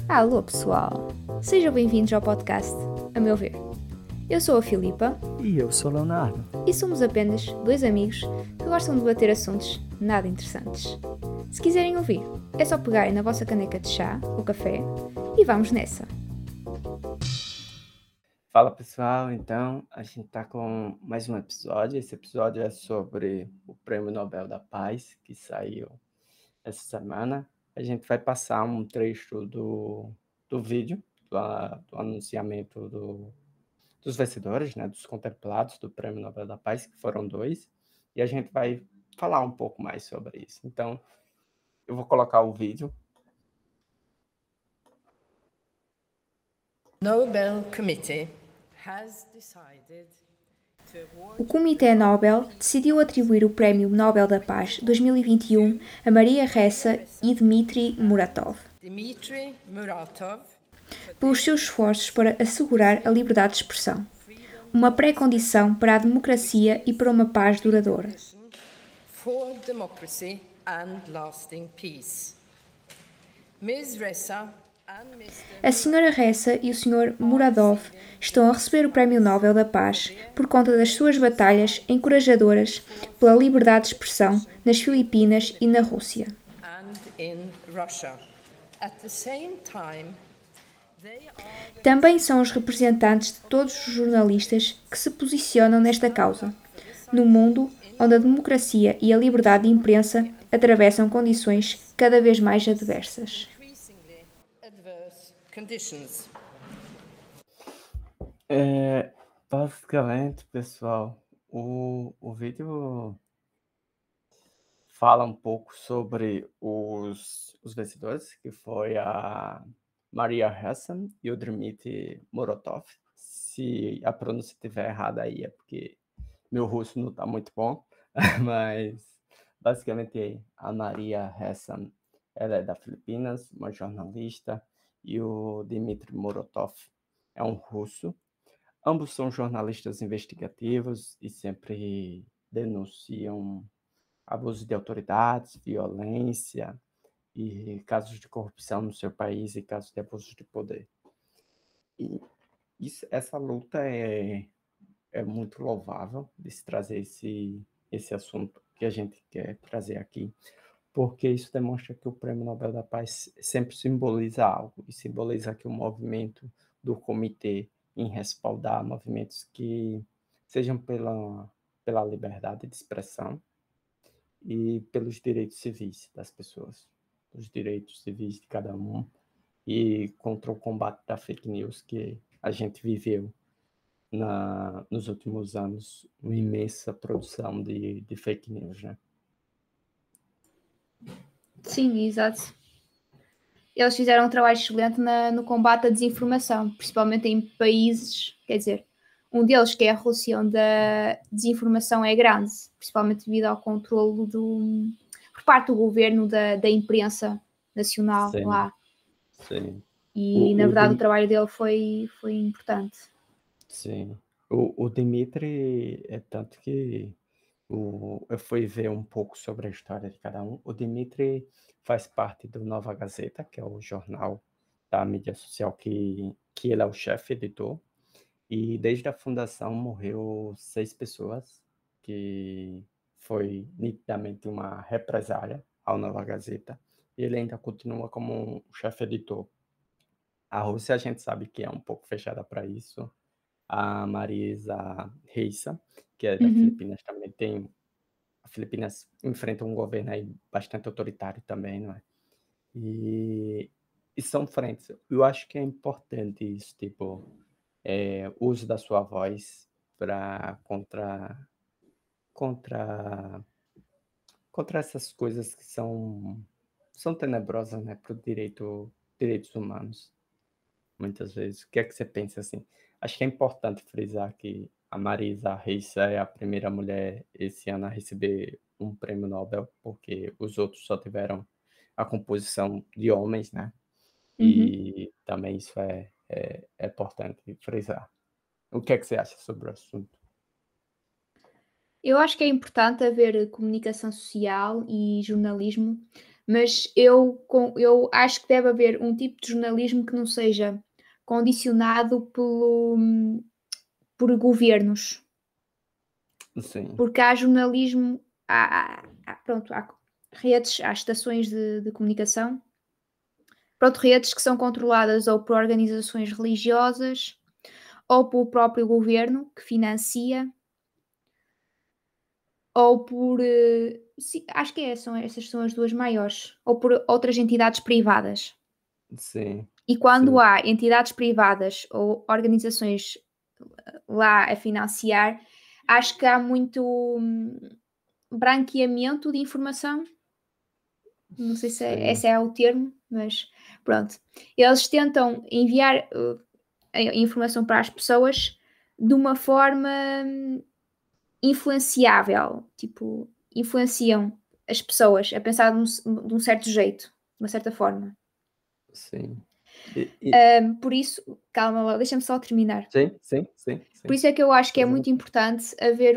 Alô pessoal, sejam bem-vindos ao podcast A Meu Ver. Eu sou a Filipa E eu sou o Leonardo. e somos apenas dois amigos que gostam de debater assuntos nada interessantes. Se quiserem ouvir, é só pegarem na vossa caneca de chá ou café e vamos nessa. Fala pessoal, então a gente tá com mais um episódio. Esse episódio é sobre o Prêmio Nobel da Paz que saiu essa semana. A gente vai passar um trecho do vídeo, do anunciamento dos vencedores, né, dos contemplados do Prêmio Nobel da Paz, que foram dois, e a gente vai falar um pouco mais sobre isso. Então, eu vou colocar o vídeo. Nobel Committee has decided to award O Comitê Nobel decidiu atribuir o Prémio Nobel da Paz 2021 a Maria Ressa e Dmitry Muratov Dmitry Muratov pelos seus esforços para assegurar a liberdade de expressão, uma pré-condição para a democracia e para uma paz duradoura. for democracy and lasting peace. Ms. Ressa and Mr. A Sra. Ressa e o Sr. Muradov estão a receber o Prémio Nobel da Paz por conta das suas batalhas encorajadoras pela liberdade de expressão nas Filipinas e na Rússia. and in Russia. At the same time, they are Também são os representantes de todos os jornalistas que se posicionam nesta causa, no mundo onde a democracia e a liberdade de imprensa atravessam condições cada vez mais adversas. increasingly adverse conditions. Basicamente, pessoal, o vídeo fala um pouco sobre os vencedores, que foi a Maria Hassan e o Dmitry Muratov. Se a pronúncia estiver errada aí é porque meu russo não está muito bom, mas basicamente a Maria Hassan, ela é da Filipinas, uma jornalista, e o Dmitry Muratov é um russo. Ambos são jornalistas investigativos e sempre denunciam abuso de autoridades, violência e casos de corrupção no seu país e casos de abuso de poder. E essa luta é muito louvável de se trazer esse assunto que a gente quer trazer aqui, porque isso demonstra que o Prêmio Nobel da Paz sempre simboliza algo, e simboliza aqui o movimento do comitê em respaldar movimentos que sejam pela liberdade de expressão e pelos direitos civis das pessoas, os direitos civis de cada um, e contra o combate da fake news que a gente viveu nos últimos anos, uma imensa produção de fake news, né? Sim, exato. Eles fizeram um trabalho excelente no combate à desinformação, principalmente em países, quer dizer, um deles que é a Rússia, onde a desinformação é grande, principalmente devido ao controlo por parte do governo da imprensa nacional Sim, lá. sim. E, na O, o, verdade, o Dim- trabalho dele foi importante. sim. O Dmitry, é tanto que eu fui ver um pouco sobre a história de cada um. O Dmitry faz parte do Nova Gazeta, que é o jornal da mídia social que ele é o chefe editor. E desde a fundação morreu 6 pessoas, que foi nitidamente uma represália ao Nova Gazeta. E ele ainda continua como um chefe editor. A Rússia a gente sabe que é um pouco fechada para isso. A Marisa Reissa, que é da Uhum. Filipinas, também tem. A Filipinas enfrenta um governo aí bastante autoritário também, não é? E são frentes. Eu acho que é importante isso, tipo, o uso da sua voz para contra contra essas coisas que são tenebrosas, né, para o direitos humanos, muitas vezes. O que é que você pensa assim? Acho que é importante frisar que a Marisa Reissa é a primeira mulher esse ano a receber um prêmio Nobel, porque os outros só tiveram a composição de homens, né? Uhum. E também isso é importante frisar. O que é que você acha sobre o assunto? Eu acho que é importante haver comunicação social e jornalismo, mas eu acho que deve haver um tipo de jornalismo que não seja condicionado por governos, Sim, porque há jornalismo, pronto, há redes, há estações de comunicação, pronto, redes que são controladas ou por organizações religiosas ou pelo próprio governo que financia ou por, sim, acho que essas são as duas maiores, ou por outras entidades privadas. sim, E quando sim, há entidades privadas ou organizações lá a financiar, acho que há muito branqueamento de informação. Não sei se sim, esse é o termo, mas pronto. Eles tentam enviar a informação para as pessoas de uma forma influenciável, tipo, influenciam as pessoas a pensar de um certo jeito, de uma certa forma. sim. E, Por isso, calma lá, deixa-me só terminar. sim, sim, sim, Por sim. isso é que eu acho que é muito Exato. importante haver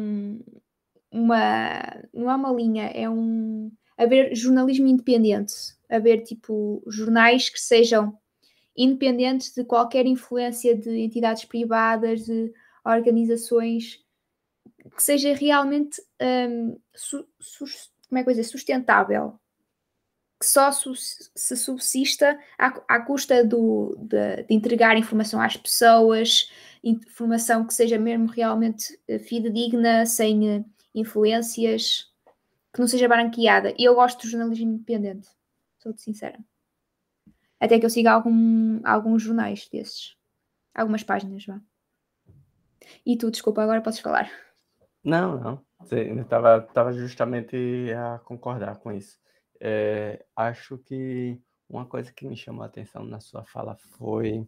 não é uma linha, haver jornalismo independente, haver tipo jornais que sejam independentes de qualquer influência de entidades privadas, de organizações, que seja realmente como é que eu vou dizer, sustentável, que só se subsista à custa de entregar informação às pessoas, informação que seja mesmo realmente fidedigna, sem influências, que não seja branqueada. E eu gosto do jornalismo independente, sou-te sincera. Até que eu siga alguns jornais desses, algumas páginas, vá. E tu, desculpa, agora podes falar. Não, não. Eu tava justamente a concordar com isso. Acho que uma coisa que me chamou a atenção na sua fala foi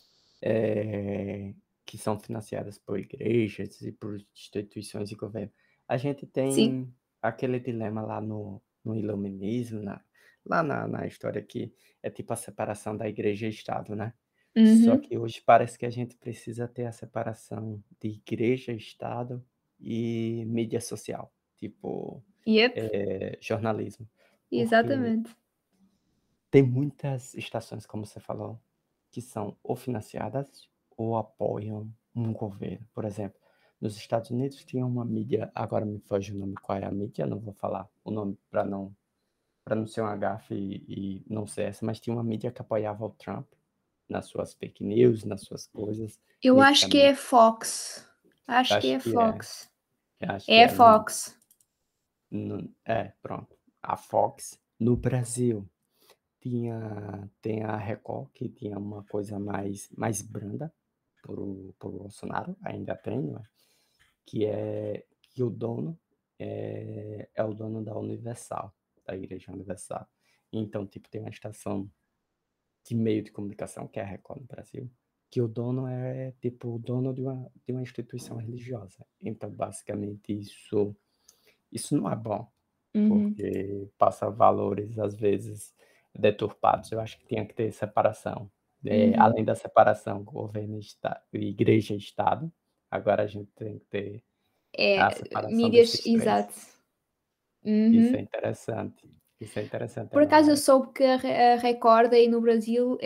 que são financiadas por igrejas e por instituições de governo. A gente Sim. tem aquele dilema lá no iluminismo, lá na história que é tipo a separação da igreja e Estado, né? Só Uhum. que hoje parece que a gente precisa ter a separação de igreja, Estado e mídia social, tipo Yep, jornalismo. Porque exatamente. tem muitas estações, como você falou, que são ou financiadas ou apoiam um governo. Por exemplo, nos Estados Unidos tinha uma mídia, agora me foge o nome, qual é a mídia, não vou falar o nome para não ser um gafe e não ser essa, mas tinha uma mídia que apoiava o Trump nas suas fake news, nas suas coisas, Eu acho que é nitidamente. Fox. Acho que Acho é que é, Fox. acho que É é. Fox. Pronto. A Fox no Brasil tem a Record, que tinha uma coisa mais branda por Bolsonaro, ainda tem, né? Que o dono é o dono da Universal, da Igreja Universal. Então, tipo, tem uma estação de meio de comunicação, que é a Record no Brasil, que o dono é, tipo, o dono de uma instituição religiosa. Então, basicamente, isso não é bom, Uhum. porque passa valores, às vezes, deturpados. Eu acho que tinha que ter separação. Uhum. Além da separação governo, igreja e Estado, agora a gente tem que ter a separação Mídias, desses três. exato. Isso é Uhum. interessante. Isso é interessante, Por acaso eu Emanuel. soube que a Record aí no Brasil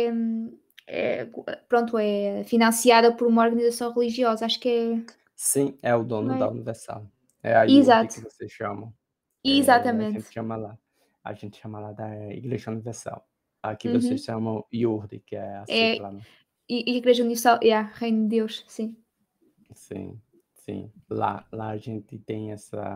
pronto, é financiada por uma organização religiosa. Acho que Sim, é o dono não da é? Universal. É a IURD Exato. que vocês chamam. A Exatamente. gente chama lá. A gente chama lá da Igreja Universal. Aqui vocês Uhum. chamam IURD, que é a É, sigla, né? e Igreja Universal, Reino de Deus, sim. Sim, sim. Lá a gente tem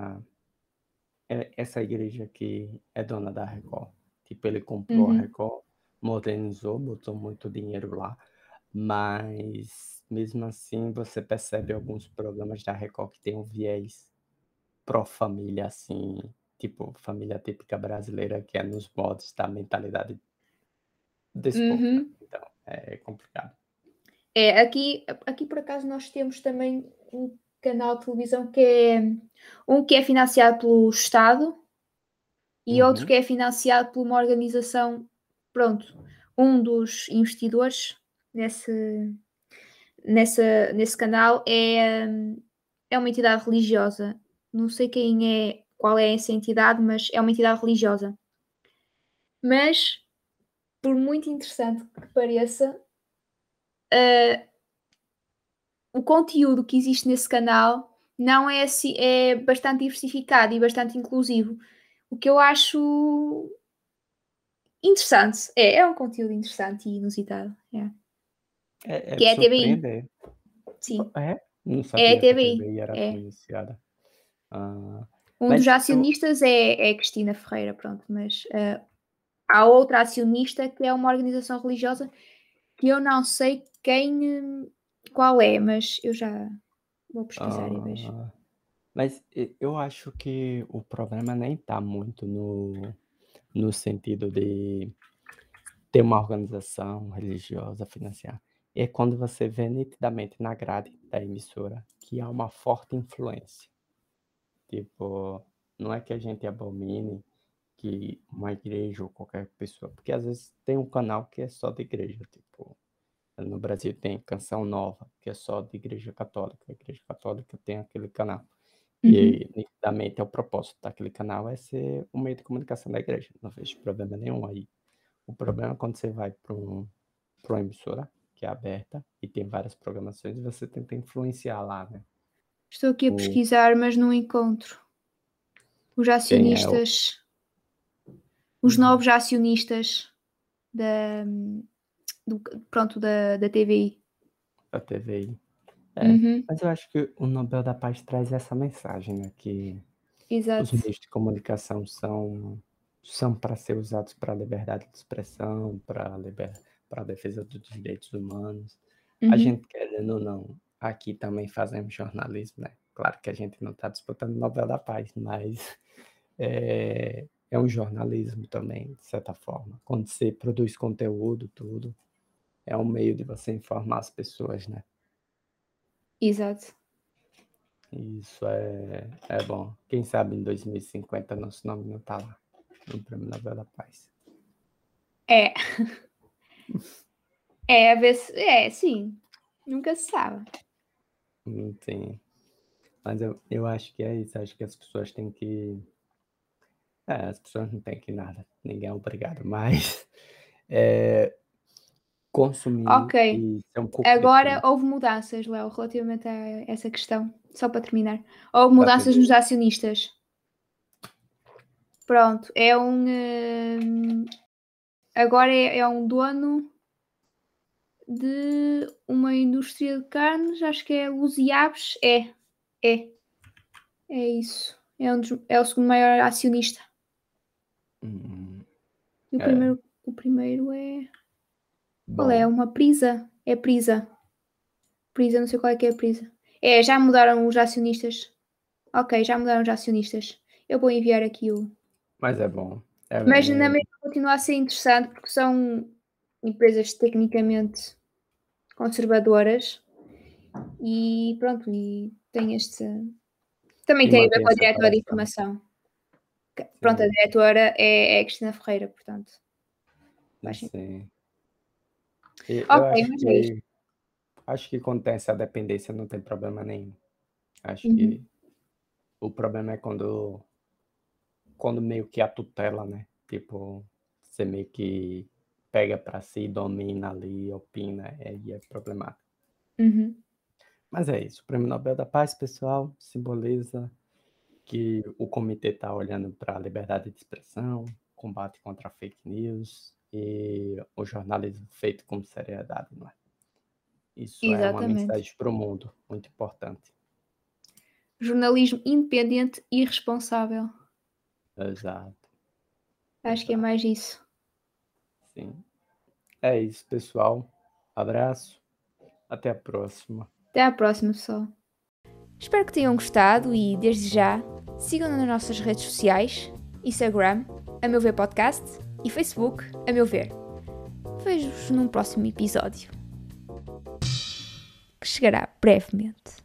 essa igreja que é dona da Record. Tipo, ele comprou a Uhum. Record, modernizou, botou muito dinheiro lá, mas mesmo assim você percebe alguns programas da Record que tem um viés pró-família, assim, tipo, família típica brasileira, que é nos modos da mentalidade desse povo, né? Uhum. Então, é complicado. Aqui por acaso nós temos também um canal de televisão que é financiado pelo Estado e outro que Uhum, é financiado por uma organização, pronto, um dos investidores nesse canal é uma entidade religiosa. Não sei qual é essa entidade, mas é uma entidade religiosa. Mas, por muito interessante que pareça, o conteúdo que existe nesse canal não é assim, é bastante diversificado e bastante inclusivo. O que eu acho interessante. É um conteúdo interessante e inusitado. É Que de é a TVI. surpreender. Sim, É? Não é a sabia que a TVI. TVI era tão É. iniciada. Ah, Um dos mas eu, acionistas é a Cristina Ferreira, pronto, mas há outra acionista que é uma organização religiosa que eu não sei qual é, mas eu já vou pesquisar e vejo. eu acho que o problema nem tá muito no sentido de ter uma organização religiosa financiar. É quando você vê nitidamente na grade da emissora que há uma forte influência. Tipo, não é que a gente abomine que uma igreja ou qualquer pessoa, porque às vezes tem um canal que é só de igreja, tipo, no Brasil tem Canção Nova, que é só de igreja católica. A igreja católica tem aquele canal. Uhum. E nitidamente é o propósito daquele canal é ser um meio de comunicação da igreja. Não vejo problema nenhum aí. O problema é quando você vai para uma emissora que é aberta e tem várias programações e você tenta influenciar lá, né? Estou aqui a O, pesquisar, mas não encontro. Os quem é o, acionistas, os novos acionistas da, do, pronto, da TVI. a TVI. É, Uhum, mas eu acho que o Nobel da Paz traz essa mensagem, né? Que os exato. meios de comunicação são para ser usados para a liberdade de expressão, para a defesa dos direitos humanos. A Uhum, gente, querendo ou não, aqui também fazemos jornalismo, né? Claro que a gente não está disputando o Nobel da Paz, mas é um jornalismo também, de certa forma. Quando você produz conteúdo, tudo, é um meio de você informar as pessoas, né? exato. Isso é bom. Quem sabe em 2050 nosso nome não está lá, no Prêmio Nobel da Paz. É, a ver se. É, sim. Nunca se sabe. Não tem. Mas eu acho que é isso. Acho que as pessoas têm que. As pessoas não têm que nada. Ninguém é obrigado, mas é, consumir Ok. e ser um pouco Agora diferente houve mudanças, Léo, relativamente a essa questão. Só para terminar. Houve da mudanças nos TV. acionistas. Pronto. Agora é um dono de uma indústria de carnes, acho que é Luz e Aves. É, é isso. É o segundo maior acionista. Hum, E é o primeiro é. Qual é? bom. Uma Prisa. É Prisa. Prisa, não sei qual é que é a Prisa. É, já mudaram os acionistas. Ok, já mudaram os acionistas. Eu vou enviar aqui o. Mas é bom. Mas na mesma continua a ser interessante porque são empresas tecnicamente conservadoras e pronto, e tem este. Também E tem a ver mantém com a a diretora de separação. informação. Pronto, a Sim, diretora é a Cristina Ferreira, portanto, faz sentido. sim. E eu Ok, mas é isto. acho que quando tem essa dependência não tem problema nenhum. Acho Uhum, que o problema é quando meio que a tutela, né? Tipo, você meio que pega para si, domina ali, opina, aí é problemático. uhum. Mas é isso. O Prêmio Nobel da Paz, pessoal, simboliza que o comitê está olhando para a liberdade de expressão, combate contra a fake news e o jornalismo feito com seriedade, não é? Isso é uma Exatamente. mensagem para o mundo muito importante. Jornalismo independente e responsável. Exato, Acho que é exato. mais isso. Sim. É isso, pessoal. Abraço. Até a próxima. Até à próxima, pessoal. Espero que tenham gostado e, desde já, sigam-nos nas nossas redes sociais, Instagram, a meu ver podcast e Facebook, a meu ver. Vejo-vos num próximo episódio, que chegará brevemente.